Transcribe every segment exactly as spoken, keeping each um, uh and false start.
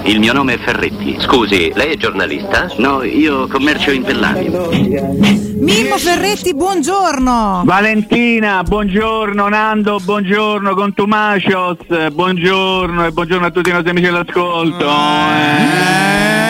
Il mio nome è Ferretti. Scusi, lei è giornalista? No, io commercio in Pellamio. Mimmo Ferretti, buongiorno. Valentina, buongiorno. Nando, buongiorno. Contumacios, buongiorno e buongiorno a tutti i nostri amici all'ascolto. Eh.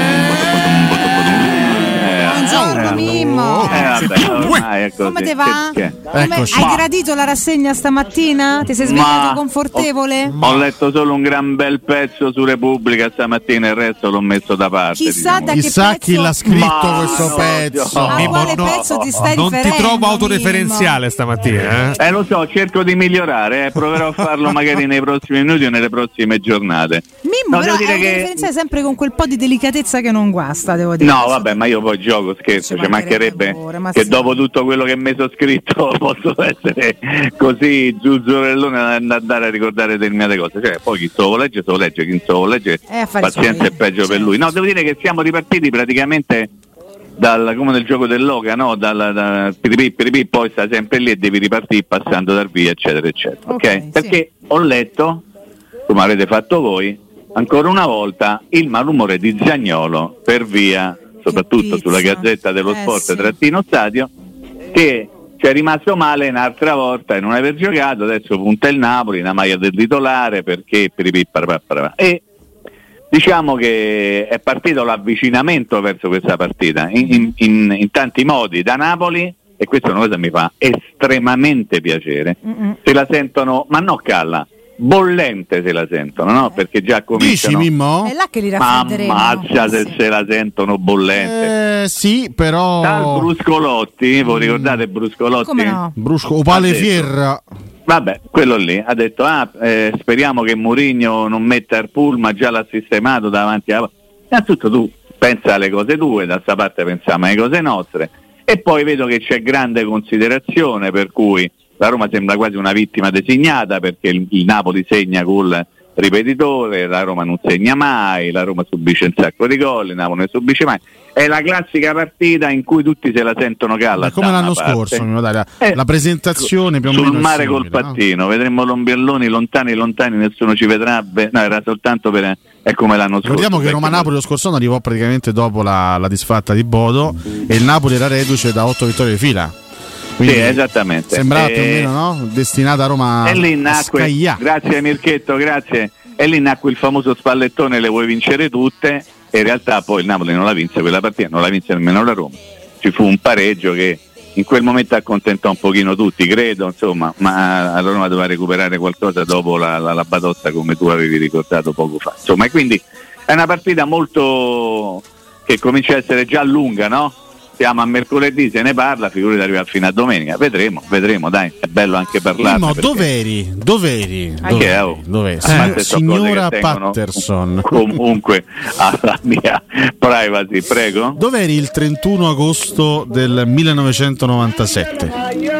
Buongiorno Mimmo. Eh, vabbè, ormai è così. Come te va? Che, che? Come, hai gradito la rassegna stamattina? Ti sei svegliato Ma confortevole? Ho, ho letto solo un gran bel pezzo su Repubblica stamattina, il resto l'ho messo da parte. Chissà diciamo. da che Chissà pezzo... chi l'ha scritto Ma questo no, pezzo. no. A quale pezzo ti stai Non ti riferendo, trovo Mimmo? autoreferenziale stamattina, eh? Eh lo so, cerco di migliorare, eh, proverò a farlo magari nei prossimi minuti o nelle prossime giornate. Mimmo, No, però devo è dire che- differenziale sempre con quel po' di delicatezza che non guasta, devo dire. No, vabbè, ma io poi gioco, scherzo, Ci ci mancherebbe ancora, ma che sì. dopo tutto quello che mi sono scritto posso essere così zuzzurellone da andare a ricordare determinate cose. Cioè, poi chi se lo vuole leggere, se lo legge, chi non se lo vuole leggere, Eh, affari pazienza suoi. è peggio per Certo. lui. No, devo dire che siamo ripartiti praticamente dal, come nel gioco dell'oca, no? Dal, da, piripì, piripì, poi stai sempre lì e devi ripartire passando dal via, eccetera, eccetera. Ok, Ok? sì. Perché ho letto, come avete fatto voi, ancora una volta il malumore di Zaniolo per via, soprattutto pizza. sulla Gazzetta dello Eh, Sport sì. trattino stadio, che ci è rimasto male un'altra volta e non aver giocato, adesso punta il Napoli, una maglia del titolare perché piripì, parapà, parapà. E diciamo che è partito l'avvicinamento verso questa partita in, in- in- in tanti modi da Napoli, e questa è una cosa che mi fa estremamente piacere. Mm-mm. Se la sentono, ma no Calla, bollente se la sentono, no? Perché già Dici cominciano. Mimmo? È là che li Ma raffredderemo. ammazza se Sì. se la sentono bollente. Eh, sì, però Dal Bruscolotti, voi ricordate Bruscolotti? Come no? Brusco Opale Ha detto- Fierra. Vabbè, quello lì ha detto ah, eh, speriamo che Mourinho non metta il pullman, già l'ha sistemato davanti a... Innanzitutto tu pensa alle cose tue, da sta parte pensiamo alle cose nostre, e poi vedo che c'è grande considerazione, per cui la Roma sembra quasi una vittima designata, perché il, il Napoli segna col ripetitore, la Roma non segna mai, la Roma subisce un sacco di gol, il Napoli non subisce mai. È la classica partita in cui tutti se la sentono calla. È come da una l'anno parte. scorso, Mimmo, dai, la, Eh, la presentazione più o sul meno mare simile, col pattino, vedremo Lombielloni lontani lontani, nessuno ci vedrà. Beh, no, era soltanto per è come l'anno scorso. Ricordiamo che perché- Roma-Napoli lo scorso anno arrivò praticamente dopo la, la disfatta di Bodo e il Napoli era reduce da otto vittorie di fila. Quindi Sì, esattamente. sembrava E- più o meno, no? Destinata a Roma E lì a nacque, scagliare. grazie Mirchetto, grazie. E lì nacque il famoso spallettone, le vuoi vincere tutte, e in realtà poi il Napoli non la vinse quella partita, non la vinse nemmeno la Roma. Ci fu un pareggio che in quel momento accontentò un pochino tutti, credo, insomma, ma la Roma doveva recuperare qualcosa dopo la, la, la batosta, come tu avevi ricordato poco fa. Insomma, e quindi è una partita molto che comincia a essere già lunga, no? Siamo a mercoledì, se ne parla, figurati arriva fino a domenica, vedremo, vedremo, dai, è bello anche parlarne. Mimmo, perché- dov'eri? Dov'eri? Ah, che è, oh? Dov'eri? Eh, Sig- queste sono cose signora che tengono Patterson. comunque alla mia privacy, prego. Dov'eri il trentuno agosto del millenovecentonovantasette?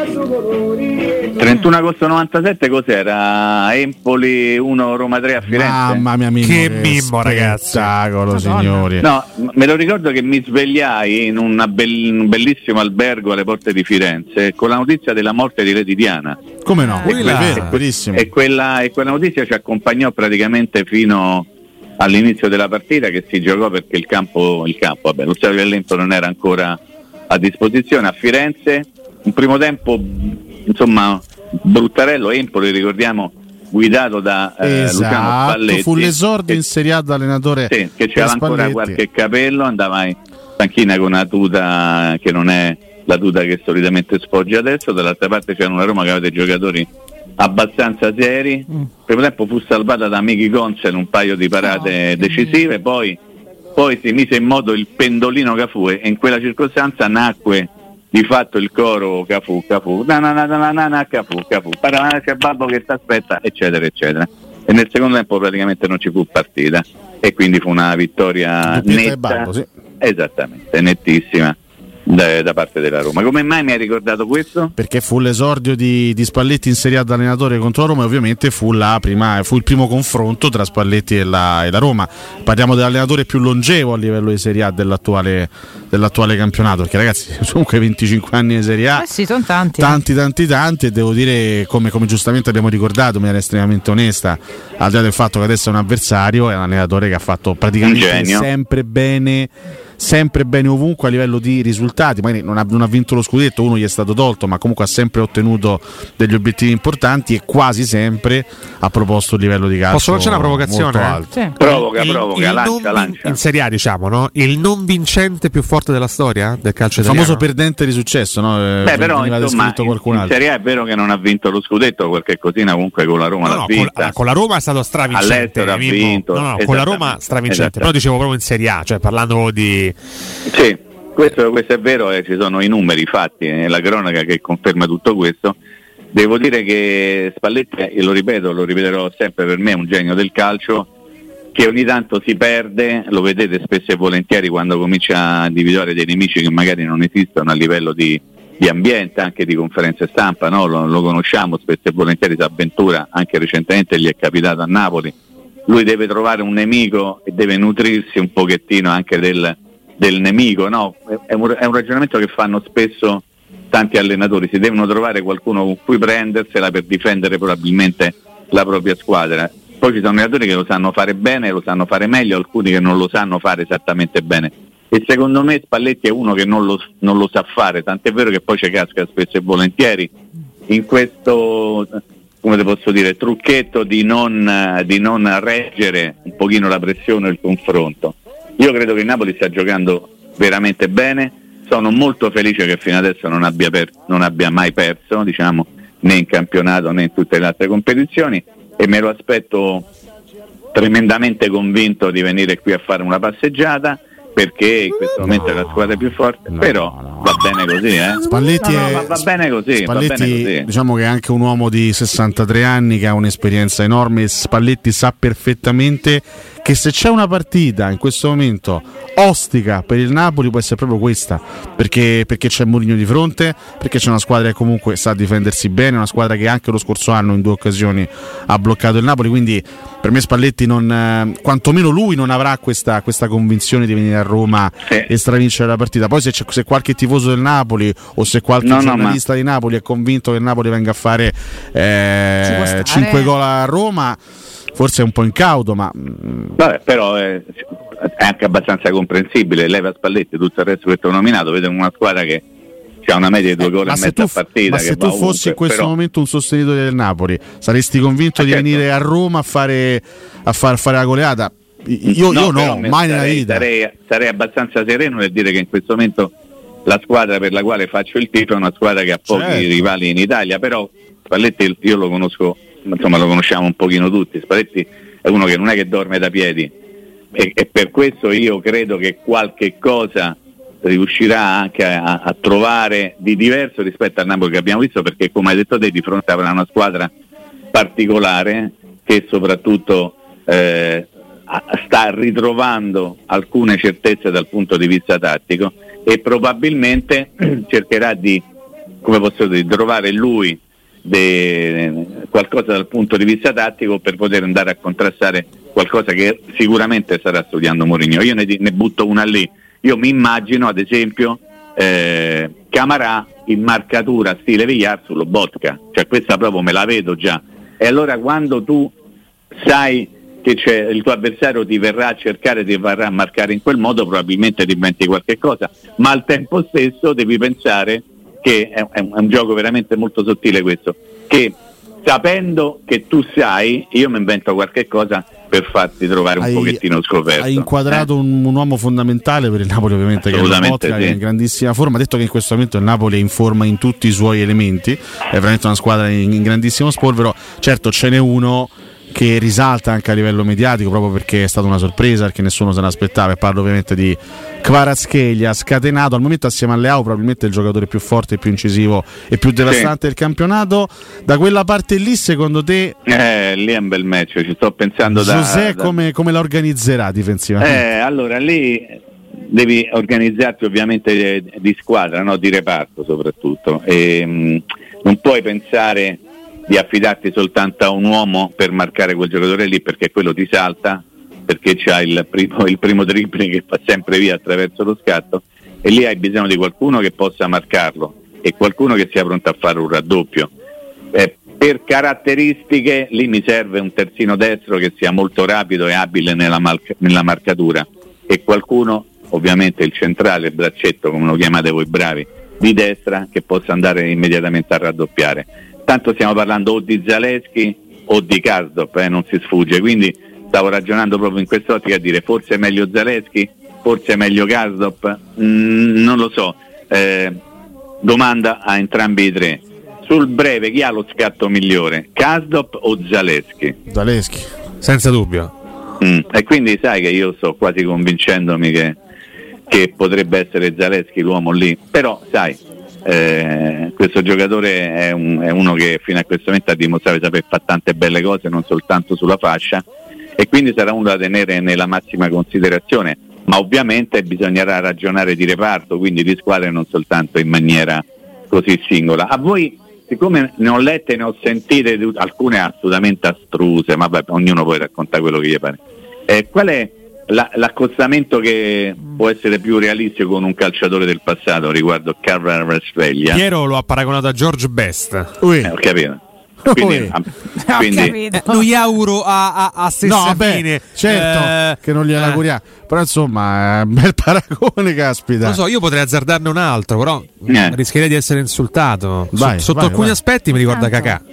trentuno agosto novantasette cos'era? Empoli uno Roma tre a Firenze? Mamma mia, Mimmo, Che Mimmo, ragazzi. spettacolo, signori. No, me lo ricordo che mi svegliai in una bell- un bellissimo albergo alle porte di Firenze con la notizia della morte di Lady Diana. Come no? Ui là. È vero, verissimo. E quella, e quella notizia ci accompagnò praticamente fino all'inizio della partita, che si giocò perché il campo, il campo, vabbè, lo stadio dell'Empoli non era ancora a disposizione a Firenze. Un primo tempo, insomma, bruttarello. Empoli, ricordiamo, guidato da eh, Luciano Esatto, Spalletti. fu l'esordio che- in Serie A da allenatore. Sì, che per c'era ancora Spalletti. qualche capello, andava in panchina con una tuta che non è la tuta che solitamente sfoggia adesso. Dall'altra parte c'era una Roma che aveva dei giocatori abbastanza seri. Mm. Il primo tempo fu salvata da Michi Gonzel un paio di parate Oh, decisive, poi, poi si mise in moto il pendolino Cafù e in quella circostanza nacque di fatto il coro Cafù, Cafù, na na na na na na Cafù, Cafù, parla c'è Babbo che ti aspetta, eccetera, eccetera. E nel secondo tempo praticamente non ci fu partita e quindi fu una vittoria Doppietta e netta, Babbo, sì. esattamente, nettissima da, da parte della Roma. Come mai mi hai ricordato questo? Perché fu l'esordio di, di Spalletti in Serie A da allenatore contro la Roma e ovviamente fu, la prima, fu il primo confronto tra Spalletti e la, e la Roma. Parliamo dell'allenatore più longevo a livello di Serie A dell'attuale, dell'attuale campionato, perché ragazzi comunque venticinque anni di Serie A, eh sì, sono tanti tanti tanti tanti e devo dire, come, come giustamente abbiamo ricordato in maniera estremamente onesta, al di là del fatto che adesso è un avversario, è un allenatore che ha fatto praticamente sempre bene sempre bene ovunque a livello di risultati. Magari non ha, non ha vinto lo scudetto, uno gli è stato tolto, ma comunque ha sempre ottenuto degli obiettivi importanti e quasi sempre ha proposto un livello di calcio. Posso farci una provocazione? Molto alto. sì. Provoca, il, provoca, il lancia, non, lancia. In Serie A, diciamo, no? Il non vincente più forte della storia del calcio Il italiano. famoso perdente di successo, no? Beh, però insomma, qualcun in, altro. in Serie A è vero che non ha vinto lo scudetto, qualche cosina comunque con la Roma No, l'ha no, vinta. con, con la Roma è stato stravincente. All'estero ha Mimmo. vinto. No, no, con la Roma Esattamente. stravincente. Esattamente. Però dicevo proprio in Serie A, cioè parlando di... Sì, questo, questo è vero, eh, ci sono i numeri, i fatti, eh, la cronaca che conferma tutto questo. Devo dire che Spalletti, e lo ripeto, lo ripeterò sempre, per me è un genio del calcio, che ogni tanto si perde, lo vedete spesso e volentieri quando comincia a individuare dei nemici che magari non esistono a livello di, di ambiente, anche di conferenze stampa, no? lo, lo conosciamo, spesso e volentieri si avventura, anche recentemente gli è capitato a Napoli. Lui deve trovare un nemico e deve nutrirsi un pochettino anche del, del nemico, no? È un, è un ragionamento che fanno spesso tanti allenatori, si devono trovare qualcuno con cui prendersela per difendere probabilmente la propria squadra. Poi ci sono allenatori che lo sanno fare bene, lo sanno fare meglio, alcuni che non lo sanno fare esattamente bene. E secondo me Spalletti è uno che non lo, non lo sa fare, tant'è vero che poi ci casca spesso e volentieri in questo, come te posso dire, trucchetto di non, di non reggere un pochino la pressione e il confronto. Io credo che il Napoli stia giocando veramente bene, sono molto felice che fino adesso non abbia, per, non abbia mai perso, diciamo, né in campionato né in tutte le altre competizioni, e me lo aspetto tremendamente convinto di venire qui a fare una passeggiata, perché in questo momento no, è la squadra più forte, no, però no. va bene così, eh? Spalletti, no, no, è, va, va bene così, Spalletti va bene così. Diciamo che è anche un uomo di sessantatré anni che ha un'esperienza enorme. Spalletti sa perfettamente che se c'è una partita in questo momento ostica per il Napoli può essere proprio questa, perché, perché c'è Mourinho di fronte, perché c'è una squadra che comunque sa difendersi bene, una squadra che anche lo scorso anno in due occasioni ha bloccato il Napoli, quindi per me Spalletti non, eh, quantomeno lui non avrà questa, questa convinzione di venire a Roma sì. e stravincere la partita. Poi se, c'è, se qualche tifoso del Napoli o se qualche no, giornalista no, ma... di Napoli è convinto che il Napoli venga a fare eh, cinque gol a Roma, forse è un po' incauto, ma vabbè, però è, è anche abbastanza comprensibile. Leva Spalletti, tutto il resto che ti ho nominato, vede una squadra che ha una media di due gol eh, e mezzo a partita. Ma se tu fossi ovunque, in questo però... momento un sostenitore del Napoli, saresti convinto ah, di certo. venire a Roma a fare, a far fare la goleata? Io no, io no mai nella sarei, vita. Sarei, sarei abbastanza sereno nel dire che in questo momento la squadra per la quale faccio il tifo è una squadra che ha pochi certo. rivali in Italia, però Spalletti io lo conosco, insomma lo conosciamo un pochino tutti. Spalletti è uno che non è che dorme da piedi e, e per questo io credo che qualche cosa riuscirà anche a, a trovare di diverso rispetto al Napoli che abbiamo visto, perché come hai detto te di fronte avrà una squadra particolare che soprattutto eh, sta ritrovando alcune certezze dal punto di vista tattico e probabilmente cercherà di, come posso dire, trovare lui de, qualcosa dal punto di vista tattico per poter andare a contrastare qualcosa che sicuramente starà studiando Mourinho. Io ne, ne butto una lì. Io mi immagino ad esempio eh, Camarà in marcatura stile Villar sullo Botka, cioè questa proprio me la vedo già. E allora quando tu sai che c'è, il tuo avversario ti verrà a cercare, ti verrà a marcare in quel modo, probabilmente ti inventi qualche cosa, ma al tempo stesso devi pensare che è, è, un, è un gioco veramente molto sottile questo, che sapendo che tu sai, io mi invento qualche cosa per farti trovare un hai, pochettino scoperto. Hai inquadrato eh? un, un uomo fondamentale per il Napoli, ovviamente, che è il Botka, sì. È in grandissima forma. Ha detto che in questo momento il Napoli è in forma in tutti i suoi elementi, è veramente una squadra in, in grandissimo spolvero. Certo ce n'è uno che risalta anche a livello mediatico proprio perché è stata una sorpresa, perché nessuno se l'aspettava, e parlo ovviamente di Kvaratskhelia, scatenato al momento assieme a Leao probabilmente il giocatore più forte, più incisivo e più devastante sì. del campionato. Da quella parte lì secondo te eh, lì è un bel match, ci sto pensando da, José da... come, come la organizzerà difensivamente? Eh, allora lì devi organizzarti ovviamente di squadra, no? Di reparto soprattutto, e mh, non puoi pensare di affidarti soltanto a un uomo per marcare quel giocatore lì, perché quello ti salta, perché c'ha il primo, il primo dribbling che fa sempre via attraverso lo scatto, e lì hai bisogno di qualcuno che possa marcarlo e qualcuno che sia pronto a fare un raddoppio. Eh, per caratteristiche lì mi serve un terzino destro che sia molto rapido e abile nella, mal- nella marcatura, e qualcuno, ovviamente il centrale, il braccetto come lo chiamate voi bravi, di destra, che possa andare immediatamente a raddoppiare. Tanto stiamo parlando o di Zalewski o di Karsdorp, eh, non si sfugge, quindi stavo ragionando proprio in quest'ottica a dire forse è meglio Zalewski, forse è meglio Karsdorp, mm, non lo so, eh, domanda a entrambi i tre. Sul breve chi ha lo scatto migliore, Karsdorp o Zalewski? Zalewski, senza dubbio. Mm, e quindi sai che io sto quasi convincendomi che, che potrebbe essere Zalewski l'uomo lì, però sai, eh, questo giocatore è, un, è uno che fino a questo momento ha dimostrato di saper fare tante belle cose, non soltanto sulla fascia, e quindi sarà uno da tenere nella massima considerazione, ma ovviamente bisognerà ragionare di reparto, quindi di squadra e non soltanto in maniera così singola. A voi, siccome ne ho lette e ne ho sentite alcune assolutamente astruse, ma vabbè, ognuno poi racconta quello che gli pare, eh, qual è la, l'accostamento che può essere più realistico con un calciatore del passato riguardo Kvaratskhelia? Piero lo ha paragonato a George Best. Eh, ho capito. Quindi, Oh, quindi eh, lo auguro a, a, a stessa no, vabbè, fine. certo eh, che non gliela eh. auguriamo, però insomma è un bel paragone, caspita. Non so, io potrei azzardarne un altro, però Eh. rischierei di essere insultato. Vai, S- sotto vai, alcuni vai. aspetti mi ricorda Kakà.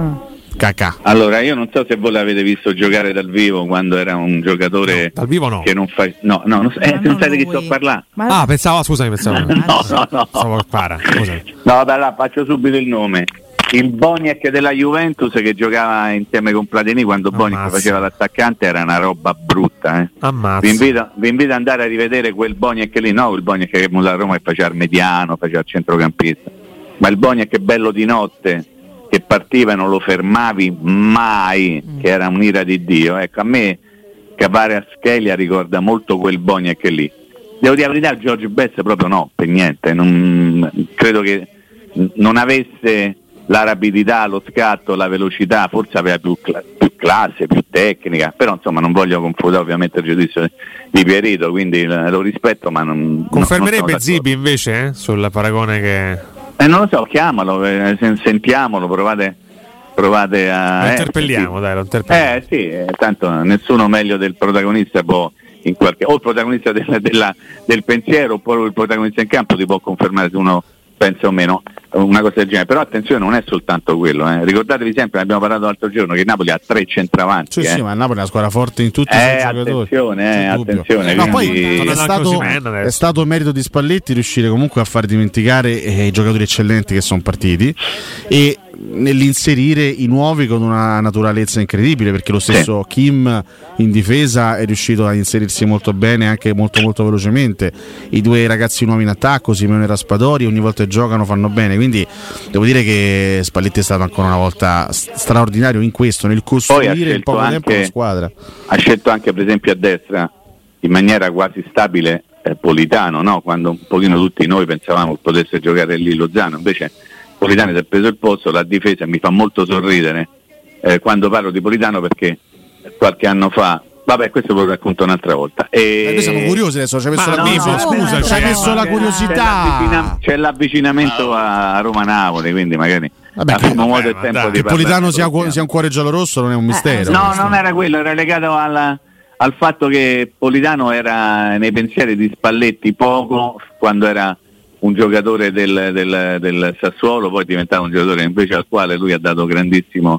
Cacà. allora io non so se voi l'avete visto giocare dal vivo quando era un giocatore No, dal vivo no. che non fa no no non, so, eh, Ma non sapete lui. chi sto a parlare. Ma Ah, pensavo, scusami, pensavo. no no no Pensavo a Para, scusami. no vabbè, allora, faccio subito il nome. Il Boniek della Juventus, che giocava insieme con Platini quando Boniek Ammazza. faceva l'attaccante, era una roba brutta, eh. Ammazza. Vi invito, vi invito ad andare a rivedere quel Boniek lì, no il Boniek che è venuto a Roma e faceva il mediano, faceva il centrocampista, ma il Boniek bello di notte, che partiva e non lo fermavi mai, mm. che era un'ira di Dio. Ecco, a me Kvaratskhelia ricorda molto quel Boniek lì. Devo dire la verità, George Best proprio no, per niente, non, credo che non avesse la rapidità, lo scatto, la velocità, forse aveva più, cl- più classe, più tecnica, però insomma non voglio confutare ovviamente il giudizio di Pierito, quindi l- lo rispetto, ma non Confermerebbe non Zibi invece eh, sul paragone che eh, non lo so, chiamalo, eh, sen- sentiamolo, provate, provate a lo eh, interpelliamo, sì. dai, lo interpelliamo. Eh sì, eh, tanto nessuno meglio del protagonista può in qualche o il protagonista della, della, del pensiero, oppure il protagonista in campo ti può confermare se uno pensa o meno una cosa del genere. Però attenzione, non è soltanto quello, eh. Ricordatevi sempre, ne abbiamo parlato l'altro giorno, che il Napoli ha tre centravanti. Sì, eh. sì, ma il Napoli è una squadra forte in tutti Eh, i suoi giocatori. attenzione, eh, Senza dubbio. attenzione, No, quindi- poi è stato, è stato merito di Spalletti riuscire comunque a far dimenticare eh, i giocatori eccellenti che sono partiti e nell'inserire i nuovi con una naturalezza incredibile, perché lo stesso Kim in difesa è riuscito a inserirsi molto bene, anche molto molto velocemente. I due ragazzi nuovi in attacco, Simeone e Raspadori, ogni volta che giocano fanno bene, quindi devo dire che Spalletti è stato ancora una volta straordinario in questo, nel costruire in poco anche, tempo una squadra. Ha scelto anche per esempio a destra in maniera quasi stabile eh, Politano, no? Quando un pochino tutti noi pensavamo che potesse giocare lì Lozano, invece Politano si è preso il posto, la difesa mi fa molto sorridere eh, quando parlo di Politano, perché qualche anno fa, vabbè, questo ve lo racconto un'altra volta. E... Eh, noi siamo curiosi adesso, ci ha messo Ma la no, curiosità, scusa, ci ha cioè, messo la c'è curiosità. C'è, l'avvicina- c'è l'avvicinamento a Roma-Napoli, quindi magari Vabbè, avremo modo e ma tempo dai, di Che Politano sia, parlare. sia un cuore giallorosso non è un mistero. No, questo. non era quello, era legato alla, al fatto che Politano era nei pensieri di Spalletti poco quando era un giocatore del, del, del Sassuolo, poi diventava un giocatore invece al quale lui ha dato grandissimo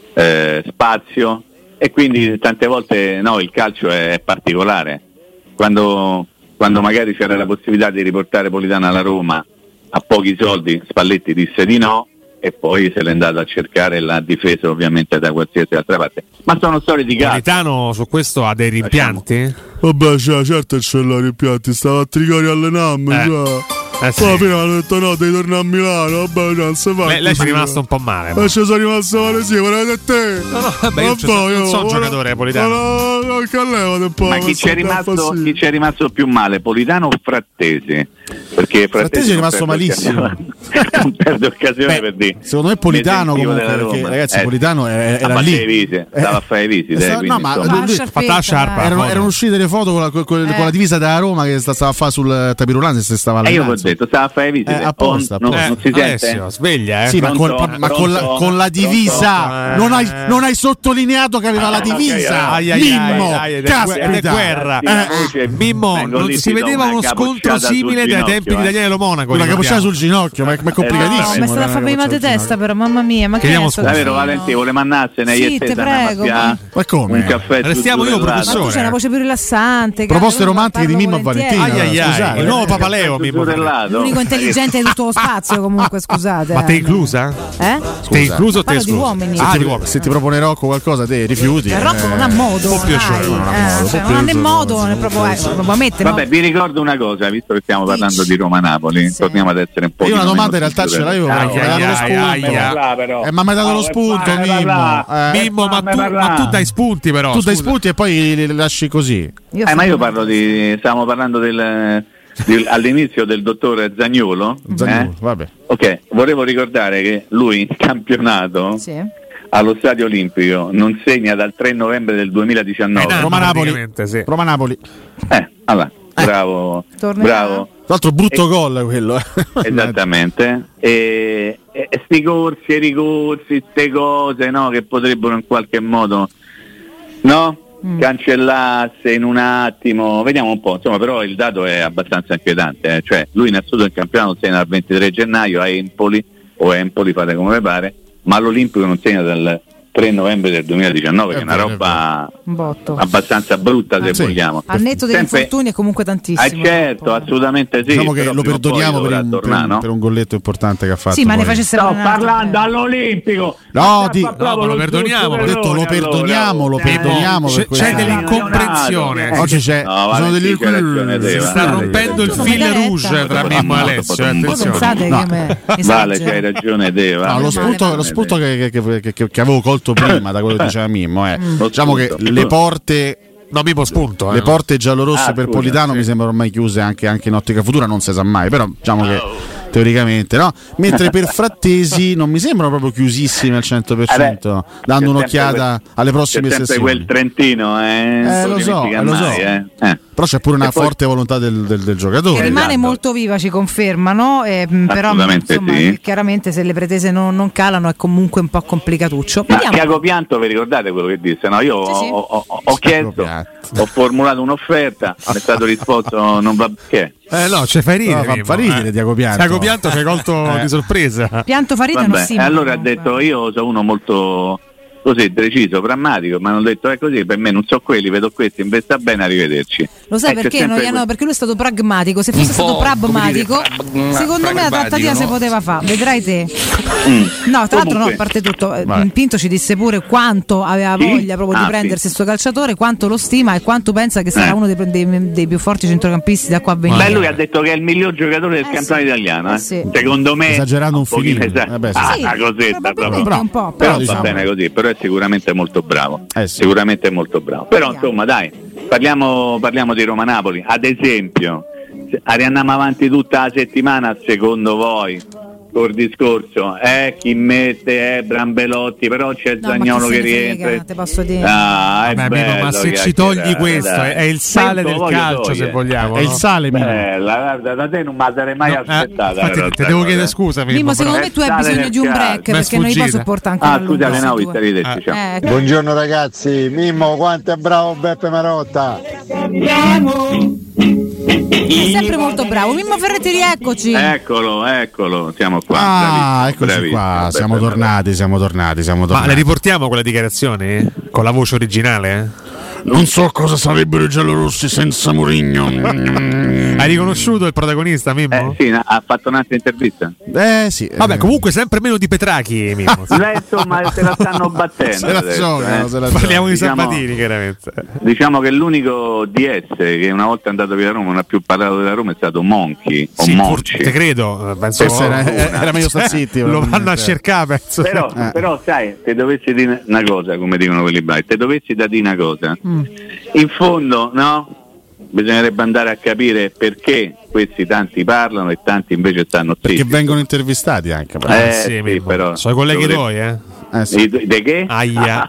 eh, spazio, e quindi tante volte no, il calcio è, è particolare. Quando, quando magari c'era la possibilità di riportare Politano alla Roma a pochi soldi, Spalletti disse di no, e poi se l'è andato a cercare la difesa ovviamente da qualsiasi altra parte. Ma sono storie di calcio. Politano su questo ha dei rimpianti? Vabbè, cioè, certo c'è la rimpianti, stava a Tricori allenarmi, Eh. cioè. Eh, sì. Alla fine hanno detto no, devi tornare a Milano, vabbè, non si fa. Lei, lei ci è rimasto un po' male. Ma ci sono rimasto male, sì, guardate te. No, no, vabbè, io, io non sono un giocatore Napolitano. Ma chi c'è rimasto, chi c'è rimasto più male, Politano o Frattesi? Perché Frattesi è rimasto malissimo. Non perde occasione. Beh, per dire. Secondo me Politano comunque, perché, ragazzi, eh, Politano era lì. Visite, stava a fare visite. Eh, eh, no, ma lui, fatta la sciarpa. Erano, erano uscite le foto con la, con, con, eh. con la divisa della Roma che stava a fare sul tapirulante se stava là. E io vi ho detto, stava a fare visite. Eh, apposta, non, apposta. non si Alessio, sente? sveglia, eh. Sì, pronto, ma, con, ma pronto, con, la, con la divisa. Non hai, non hai sottolineato che aveva la divisa. Ai, ai, Mimmo, ai, ai, caspita. ed è guerra. Eh, Mimmo, non si vedeva uno scontro simile dai tempi di Daniele Monaco. Una capocciata sul ginocchio, ma è complicatissimo. No, ma è stata a farmi mal di testa, però, mamma mia. Ma che è stato? Davvero, Valentino, vuole mandarsene sì, te prego. Ma come? Un caffè. Restiamo io, professore. C'è una voce più rilassante. Proposte romantiche di Mimmo a Valentino. Ai ai ai, il nuovo Papaleo. L'unico intelligente di tutto lo spazio, comunque, scusate. Ma te inclusa? Eh? Te incluso o te escluso? Di uomini. Ah, di uomini. Se ti propone Rocco qualcosa, te rifiuti. Rocco non ha modo. Un po' piacere, non ha né modo, né proprio proprio mettere. Vabbè, vi ricordo una cosa, visto che stiamo parlando di Roma-Napoli, torniamo ad essere un po'. Io una domanda in realtà ce l'avevo, ma mi hai dato lo spunto. Eh, ma mi hai dato lo spunto, Mimmo. Mimmo, ma tu, ma tu dai spunti però. Tu dai spunti e poi li lasci così. Eh, ma io parlo di. Stiamo parlando del. Di, all'inizio del dottore Zaniolo. Zaniolo, eh? vabbè. Ok, volevo ricordare che lui in campionato. Sì. Allo Stadio Olimpico non segna dal tre novembre del duemiladiciannove. Eh, Roma-Napoli. Sì. Roma-Napoli. Eh, allora, bravo. Eh. Bravo. Tra l'altro brutto e, gol quello. Esattamente. E, e, e sti corsi e ricorsi, ste cose, no, che potrebbero in qualche modo, no? Mm. Cancellasse in un attimo. Vediamo un po', insomma, però il dato è abbastanza inquietante, eh? Cioè lui in assoluto il campionato segna dal ventitré gennaio a Empoli, o Empoli, fate come vi pare, ma all'Olimpico non segna dal tre novembre del duemiladiciannove, che è una roba abbastanza brutta, se ah, sì. vogliamo. Al netto degli Sempre... infortuni è comunque tantissimo. Ah, certo, assolutamente sì. Diciamo che lo perdoniamo per un, tornare, per, no? per un golletto importante che ha fatto. Sì, ma poi. ne facessero Sto parlando all'Olimpico. No, di... no, ma lo perdoniamo. Ho detto lo perdoniamo, lo perdoniamo. C'è, c'è dell'incomprensione. Oggi c'è. No, sono degli si sta rompendo il fil rouge tra Mimmo e Alessio. Attenzione. Vale, c'hai ragione, Deva. Lo spunto che avevo colto prima da quello che diceva Mimmo è mm. diciamo che le porte no, Mimmo spunto le eh, porte giallorosse ah, per scusa, Politano sì. mi sembrano ormai chiuse anche, anche in ottica futura, non si sa mai, però diciamo che teoricamente no, mentre per Frattesi non mi sembrano proprio chiusissimi al cento per cento, eh beh, dando un'occhiata quel, alle prossime c'è sessioni. Quel Trentino eh, eh lo so, mai, lo so. Eh. Eh. Però c'è pure una e forte poi... volontà del, del, del giocatore. Che rimane esatto. molto viva, ci confermano, eh, però insomma, sì. chiaramente se le pretese non, non calano è comunque un po' complicatuccio. Ma Tiago Pianto, vi ricordate quello che disse? No, io sì, ho, ho, ho, ho chiesto, ho formulato un'offerta, mi è stato risposto non va che. Eh no, c'è fai ridere. No, fa, fa ridere eh. Tiago Pianto. Tiago Pianto ci hai colto eh. di sorpresa. Pianto fa ridere, Vabbè, sì. Allora ha detto io sono uno molto così deciso, prammatico, ma hanno detto è così, per me non so quelli, vedo questi, investa bene, arrivederci. Lo sai eh, perché? Non gli hanno, perché lui è stato pragmatico, se fosse stato pragmatico dire, secondo me la trattativa no? si poteva fare, vedrai te. Mm. No, tra l'altro no, a parte tutto, Vai. Pinto ci disse pure quanto aveva sì? voglia proprio ah, di prendersi questo sì. calciatore, quanto lo stima e quanto pensa che sarà eh. uno dei, dei, dei più forti centrocampisti da qua a venire. Beh, lui ha detto che è il miglior giocatore del eh, campionato sì. italiano, eh. sì. secondo me esagerando un filino, esag- eh beh, sì. ah, sì, una cosetta proprio. Però, un po', però, però va diciamo. bene così, però è sicuramente molto bravo, eh sì. sicuramente molto bravo. Però insomma dai, parliamo, parliamo di Roma-Napoli. Ad esempio, andiamo avanti tutta la settimana, secondo voi, col discorso eh chi mette eh Brambelotti, però c'è no, Zaniolo che rientra, frega, te posso dire. Ah, è Vabbè, bello, ma se ci togli questo dai. È il sale del calcio toglie. Se vogliamo, è no? il sale bella, guarda, da te non mi sarei mai no, aspettata eh, te devo chiedere scusa Mimmo, secondo me tu hai bisogno di un break perché non li puoi sopportare ancora ah scusate no vi stai detto eh. Buongiorno ragazzi, Mimmo quanto è bravo Beppe Marotta. È sempre molto bravo. Mimmo Ferretti, rieccoci. Eccolo, eccolo, siamo qua. Ah, eccoci bravissimo, qua, siamo tornati, siamo tornati, siamo tornati. Ma le riportiamo quella dichiarazione? Con la voce originale? Non so cosa sarebbero i giallorossi senza Mourinho. Hai riconosciuto il protagonista, Mimmo? Eh, sì, ha fatto un'altra intervista. Eh sì. Vabbè, comunque sempre meno di Petrachi, Mimmo. Beh, insomma, se la stanno battendo. Se la adesso, giocano, eh. se la Parliamo di diciamo, Sabatini, chiaramente. Diciamo che l'unico D S che una volta è andato via da Roma non ha più parlato della Roma è stato Monchi o Sì, Monci. te credo, penso era, era meglio sta zitti. Lo vanno a cercare, penso. Però, Eh. però sai, se dovessi dire una cosa, come dicono quelli bravi, se dovessi da dire una cosa, mm. in fondo, no? Bisognerebbe andare a capire perché questi tanti parlano e tanti invece stanno zitti. Perché vengono intervistati anche. Eh, Eh, sì, sì, però sono i colleghi dovrebbe... tuoi, eh? Eh, sì. Di, di che? Aia.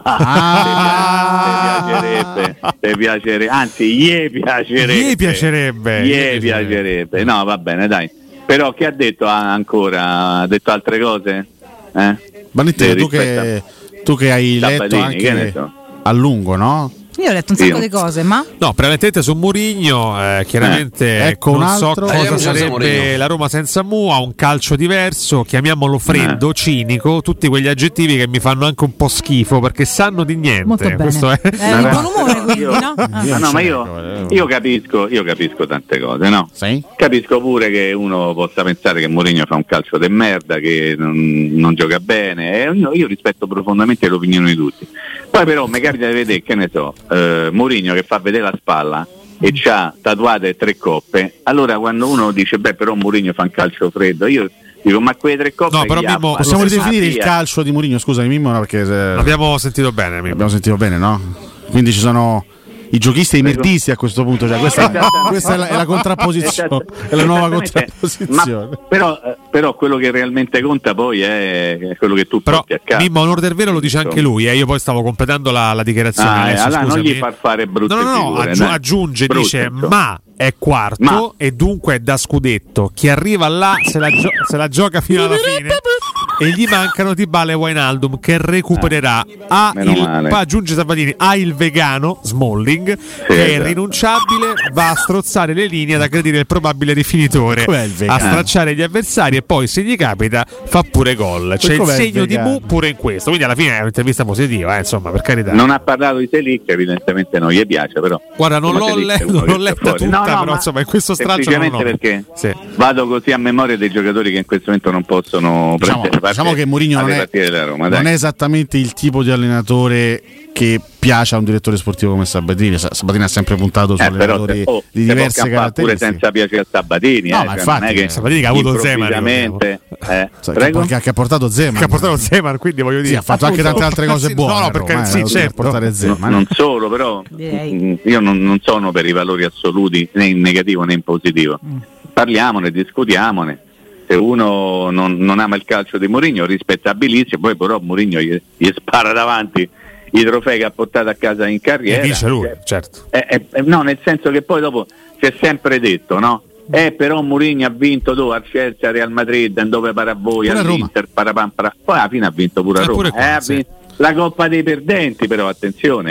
Ah, ti piacerebbe, ti piacerebbe, anzi, gli piacerebbe. Gli piacerebbe. Gli Gli piacerebbe. No, va bene, dai. Però che ha detto ancora? Ha detto altre cose? Eh? Valentina, tu che, tu che hai letto Sabatini, che ne anche so. a lungo, no? Io ho letto un sacco Io. di cose, ma No, prevalentemente su Mourinho, eh, chiaramente Eh, ecco un non so altro. cosa Eh, sarebbe Mourinho. la Roma senza Mu, ha un calcio diverso, chiamiamolo freddo, Eh. cinico, tutti quegli aggettivi che mi fanno anche un po' schifo perché sanno di niente. molto bene. Questo è. Eh, di buon umore, quindi, Io- no? Ah. Ah, no, ma io, io capisco, io capisco tante cose, no? Sì? Capisco pure che uno possa pensare che Mourinho fa un calcio de merda, che non, non gioca bene. Eh, no, io rispetto profondamente l'opinione di tutti. Poi però mi capita di vedere, che ne so, eh, Mourinho che fa vedere la spalla e c'ha tatuate tre coppe. Allora quando uno dice beh però Mourinho fa un calcio freddo, io dico ma quelle tre coppe No, però chi ha Mimmo, fatto? Possiamo Lo ridefinire il via. calcio di Mourinho, scusami Mimmo, no, perché se... Abbiamo sentito bene, Mimmo. abbiamo sentito bene, no? Quindi ci sono i giochisti e i Prego. merdisti a questo punto, cioè questa, Esattamente. questa è, la, è la contrapposizione, Esatto. è la nuova Esattamente. contrapposizione. Ma, però, eh, però quello che realmente conta poi è è quello che tu Però porti a casa. Mimmo, onor del vero lo dice anche lui, eh. Io poi stavo completando la, la dichiarazione. Ah, eh, adesso, allora non scusami. gli far fare brutte No, no, no, figure, aggiu- dai. aggiunge, Brutte, dice insomma. ma è quarto Ma. e dunque è da scudetto. Chi arriva là se la, gio- se la gioca fino alla fine e gli mancano Dybala e Wijnaldum che recupererà. Ha Meno il, male. poi aggiunge Sabatini, ha il vegano Smalling che è esatto. irrinunciabile, va a strozzare le linee ad aggredire il probabile rifinitore, Com'è il a vegano? stracciare gli avversari e poi se gli capita fa pure gol. C'è il com'è il segno di vegano? Mu pure in questo, quindi alla fine è un'intervista positiva, eh, insomma, per carità. Non ha parlato di Selic, evidentemente non gli piace, però. Guarda, non Come l'ho, Selic è le- uno non che l'ho sta letta fuori. tutta, No, no, però ma insomma in questo straccio non semplicemente ho. perché Sì. vado così a memoria dei giocatori che in questo momento non possono Diciamo, prendere parte diciamo che Mourinho non alle è, partite della Roma, dai. non è esattamente il tipo di allenatore che piace a un direttore sportivo come Sabatini. Sa- Sabatini ha sempre puntato su Eh, però allenatori se- oh, di si può diverse campare pure caratteristiche. senza piacere a Sabatini, No, eh, ma cioè, infatti, non è che Sabatini che ha avuto Zeman, improvvisamente, eh, Sai, che, prego? ha- che ha portato Zeman. Che ha portato Zeman, quindi voglio dire. Sì, ha fatto anche tante altre cose Sì, buone. No, no, a Roma, perché eh, sì, da certo. portare No, Zeman. non solo, però Direi. mh, io non, non sono per i valori assoluti né in negativo né in positivo. Parliamone, discutiamone. Se uno non, non ama il calcio di Mourinho, rispettabilissimo, poi però Mourinho gli, gli spara davanti i trofei che ha portato a casa in carriera. E dice lui, Cioè, certo. eh, eh, eh, no, nel senso che poi dopo si è sempre detto, no? Eh, però Mourinho ha vinto dove? Al Chelsea, al Real Madrid, dove para voi, Pure a Roma. all'Inter, parapam, para... poi alla fine ha vinto pure a Eh, Roma. pure qua, Eh, ha sì. vinto la Coppa dei Perdenti, però attenzione,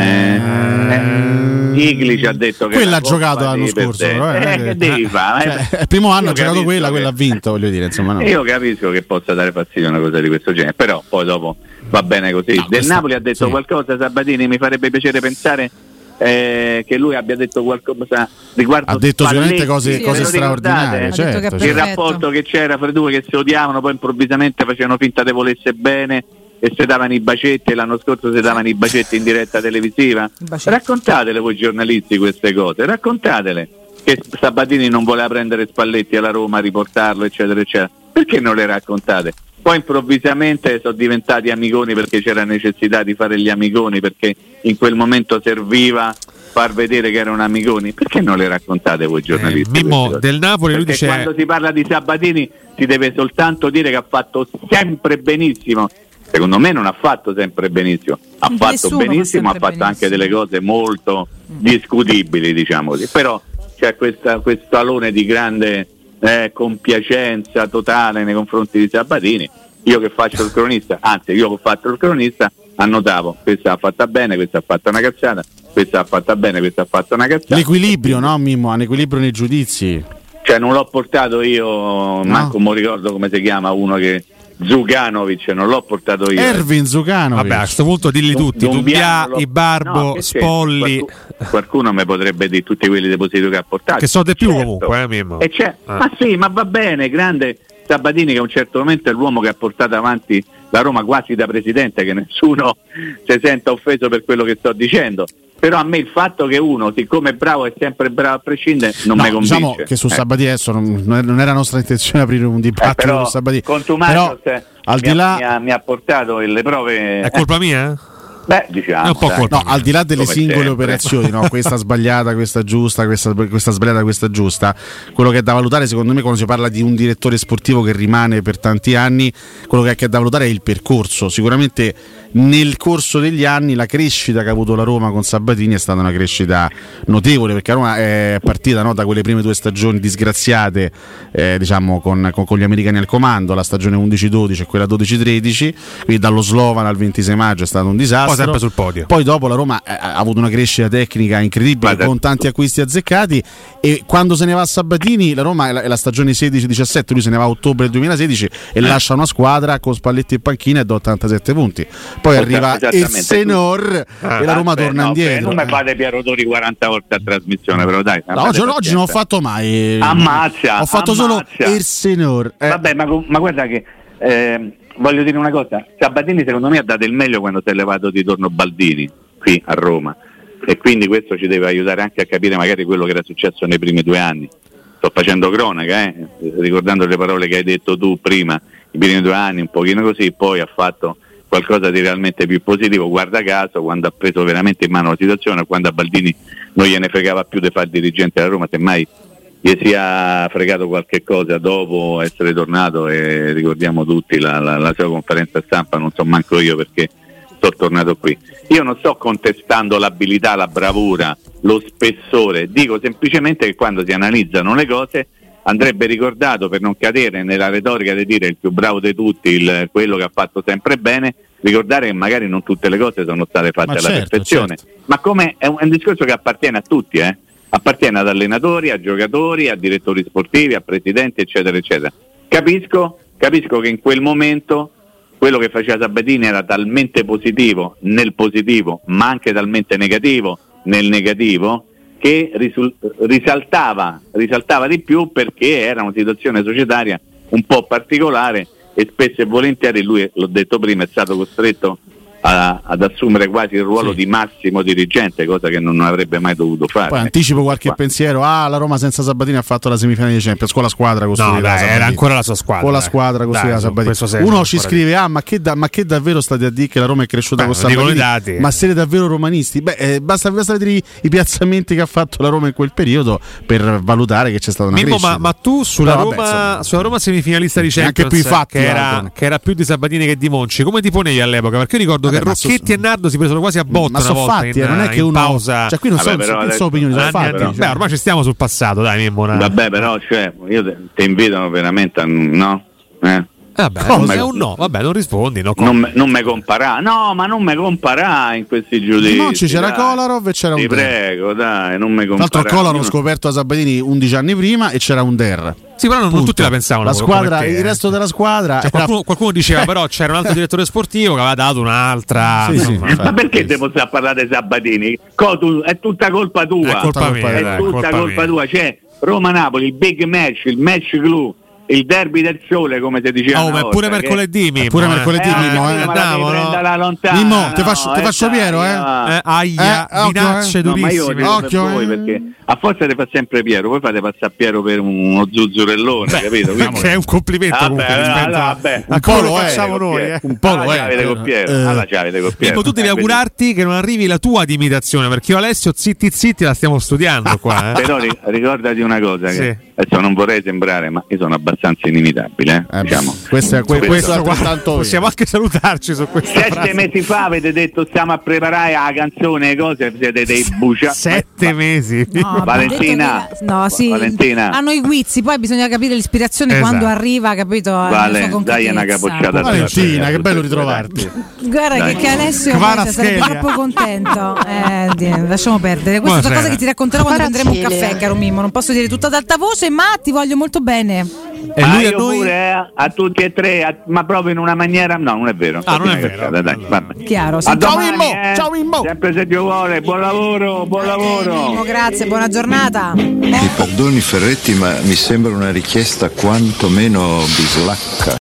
eh. Eh, Iglic ha detto che Quella la ha giocato Coppa l'anno dei scorso, Perdenti. però, eh, eh, che devi fare? Cioè, il primo anno Io ha giocato capisco quella, che- quella ha vinto, voglio dire, insomma, no. Io capisco che possa dare fastidio una cosa di questo genere, però poi dopo va bene così. No, Del questa- Napoli ha detto sì. qualcosa Sabatini, mi farebbe piacere pensare eh, che lui abbia detto qualcosa riguardo Ha detto sicuramente Spalletti, cose, ve cose lo straordinarie, ricordate? Ha detto che certo, è certo. Il Perfetto. rapporto che c'era fra i due che si odiavano, poi improvvisamente facevano finta di volesse bene e si davano i bacetti, e l'anno scorso si davano i bacetti in diretta televisiva. I bacetti. Raccontatele voi giornalisti queste cose, raccontatele che Sabatini non voleva prendere Spalletti alla Roma, riportarlo, eccetera, eccetera. Perché non le raccontate? Poi improvvisamente sono diventati amiconi perché c'era necessità di fare gli amiconi, perché in quel momento serviva far vedere che erano amiconi. Perché non le raccontate voi giornalisti? Eh, Mimmo, queste cose? del Napoli lui Perché dice quando si parla di Sabatini si deve soltanto dire che ha fatto sempre benissimo. Secondo me non ha fatto sempre benissimo, ha Nessuno fatto fa benissimo, ha sempre fatto anche benissimo. delle cose molto discutibili, diciamo così. Però c'è questa, questo alone di grande eh, compiacenza totale nei confronti di Sabatini. Io che faccio il cronista, anzi io che ho fatto il cronista, annotavo: questa ha fatta bene, questa ha fatto una cazzata, questa ha fatta bene, questa ha fatto una cazzata. L'equilibrio, no, Mimmo? Un equilibrio nei giudizi. Cioè non l'ho portato io, manco mi ricordo come si chiama uno che Zukanovic, non l'ho portato io. Ervin Zukanovic. Vabbè, a questo punto dilli tutti, Dumbia, Ibarbo, no, Spolli. Qualcuno, qualcuno mi potrebbe dire tutti quelli depositi che ha portato. Che so di più certo. comunque, eh, Mimmo. E c'è, ah. Ma sì, ma va bene, grande Sabatini, che a un certo momento è l'uomo che ha portato avanti la Roma quasi da presidente, che nessuno si senta offeso per quello che sto dicendo. Però a me il fatto che uno, siccome è bravo, è sempre bravo a prescindere, non no, mi convince. Diciamo che su Sabatini adesso non, non era nostra intenzione aprire un dibattito eh, su Sabatini. Contumacio però, al mi, di là... ha, mi, ha, mi ha portato le prove. È colpa mia? Beh, diciamo, è un po' dai. colpa no, al di là delle Come singole sempre. operazioni, no? Questa sbagliata, questa giusta, questa, questa sbagliata, questa giusta, quello che è da valutare secondo me quando si parla di un direttore sportivo che rimane per tanti anni, quello che è da valutare è il percorso. Sicuramente nel corso degli anni la crescita che ha avuto la Roma con Sabatini è stata una crescita notevole, perché la Roma è partita, no, da quelle prime due stagioni disgraziate, eh, diciamo con, con, con gli americani al comando, la stagione undici dodici e quella dodici tredici, quindi dallo Slovan al ventisei maggio è stato un disastro. Poi sempre sul podio. Poi dopo la Roma ha avuto una crescita tecnica incredibile, Guarda. con tanti acquisti azzeccati, e quando se ne va a Sabatini la Roma è la, è la stagione sedici diciassette, lui se ne va a ottobre duemilasedici e eh. lascia una squadra con Spalletti in panchina e da ottantasette punti. Poi arriva il Senor ah, e la Roma vabbè, torna no, indietro. Beh, non mi fate Piero Tori quaranta volte a trasmissione, però dai. No, oggi, oggi non ho fatto mai. Ammazza. Ho fatto ammazza. solo il Senor. Eh. Vabbè, ma, ma guarda che eh, voglio dire una cosa. Sabatini secondo me ha dato il meglio quando si è levato di torno Baldini qui a Roma, e quindi questo ci deve aiutare anche a capire magari quello che era successo nei primi due anni. Sto facendo cronaca, eh? ricordando le parole che hai detto tu prima, i primi due anni un pochino così, poi ha fatto qualcosa di realmente più positivo, guarda caso, quando ha preso veramente in mano la situazione, quando a Baldini non gliene fregava più di fare il dirigente della Roma, semmai gli sia fregato qualche cosa dopo essere tornato, e ricordiamo tutti la, la, la sua conferenza stampa, non so manco io perché sto tornato qui. Io non sto contestando l'abilità, la bravura, lo spessore, dico semplicemente che quando si analizzano le cose andrebbe ricordato, per non cadere nella retorica di dire il più bravo di tutti, il, quello che ha fatto sempre bene, ricordare che magari non tutte le cose sono state fatte ma alla certo, perfezione, certo. ma come è un, è un discorso che appartiene a tutti, eh? appartiene ad allenatori, a giocatori, a direttori sportivi, a presidenti, eccetera, eccetera. Capisco, capisco che in quel momento quello che faceva Sabatini era talmente positivo nel positivo, ma anche talmente negativo nel negativo, che risul- risaltava, risaltava di più, perché era una situazione societaria un po' particolare, e spesso e volentieri lui, l'ho detto prima, è stato costretto a, ad assumere quasi il ruolo sì. di massimo dirigente, cosa che non avrebbe mai dovuto fare. Poi anticipo qualche Qua. pensiero, ah, la Roma senza Sabatini ha fatto la semifinale di Champions con la squadra costruita. No, dai, era ancora la sua squadra. Con la squadra costruita da Sabatini. Uno ci scrive, di... ah, ma che, da, ma che davvero state a dire che la Roma è cresciuta Beh, con Sabatini? Ma siete davvero romanisti? Beh, eh, basta, basta vedere i, i piazzamenti che ha fatto la Roma in quel periodo per valutare che c'è stata una Mimmo, crescita. Ma, ma tu sulla, no, Roma, vabbè, sulla Roma semifinalista di Champions, anche più i fatti, che, era, che era più di Sabatini che di Monci, come ti ponevi all'epoca? Perché io ricordo vabbè, che Rocchetti so... e Nardo si presero quasi a botta ma una so volta fatti, in, non è che uno pausa. Cioè qui non vabbè, so, però non adesso... so opinioni, sono anni, fatti. anni, Però. Beh, ormai ci stiamo sul passato, dai, Mimmo. Una... Vabbè, però cioè, io ti invitano veramente a no? Eh? Vabbè, non è me, un no, vabbè, non rispondi. No, non, me, non me comparà, no, ma non me comparà in questi giudizi. Non ci c'era dai. Kolarov e c'era Ti un Der. prego, dai, non me comparà. Tra l'altro Kolarov ho scoperto a Sabatini undici anni prima e c'era un Der. Sì, però non, non tutti la pensavano. La squadra, te, il resto della squadra. Cioè, qualcuno, qualcuno diceva, però c'era un altro direttore sportivo che aveva dato un'altra. Sì, insomma, sì, ma perché devo stare a parlare di Sabatini? Tu, è tutta colpa tua. È colpa mia, è dai, tutta colpa, colpa mia. tua. C'è Roma-Napoli, il big match, il match glue, il derby del sole, come si diceva. Oh, ma è pure mercoledì, Mimmo. Pure mercoledì, eh, Mimmo. Eh, andiamo, no? Mimmo, ti faccio, ti faccio Piero, eh? eh aia, eh, minacce eh. durissime. No, occhio, per voi, eh. perché a forza ti fa sempre Piero, poi fate passare Piero per uno zuzzurellone, Beh, capito? Quindi... Che è un complimento vabbè, comunque allora, rispetto a vabbè, un po' lo è, facciamo noi, eh. Un po' lo alla è. chiave con Piero, Eh. alla chiave con Piero. Mimmo, tu devi eh, augurarti che non arrivi la tua di imitazione, perché io Alessio zitti zitti la stiamo studiando qua, eh. Però ricordati una cosa, che Sì. adesso non vorrei sembrare, ma io sono abbastanza inimitabile, eh? Eh, diciamo. Questo è que- questo è Guarda, altrettanto possiamo anche salutarci su questa Sette frase. mesi fa avete detto stiamo a preparare la canzone e cose, siete dei bucia. Sette mesi. No, Valentina, detto che- no, sì, Valentina. hanno i guizzi, poi bisogna capire l'ispirazione Esatto. quando arriva, capito? Vale, sua dai una concretezza. capocciata. Valentina, che bello ritrovarti. Guarda Dai. che, che Alessio Kvara poi sarebbe Schelia. troppo contento. Eh, di- lasciamo perdere. Questa è una Buonasera. cosa che ti racconterò quando Kvara prenderemo un Schelia. caffè, caro Mimmo. Non posso dire tutto ad alta voce, ma ti voglio molto bene. E ma lui io a noi pure, eh, a tutti e tre, a, ma proprio in una maniera, no, non è vero. Ah, non è vero. Cazzata, dai, vabbè. Chiaro. A domani, Mimmo, eh. ciao Mimmo. Sempre se Dio vuole, buon lavoro, buon lavoro. Mimmo, grazie, buona giornata. Mi perdoni Ferretti, ma mi sembra una richiesta quantomeno bislacca.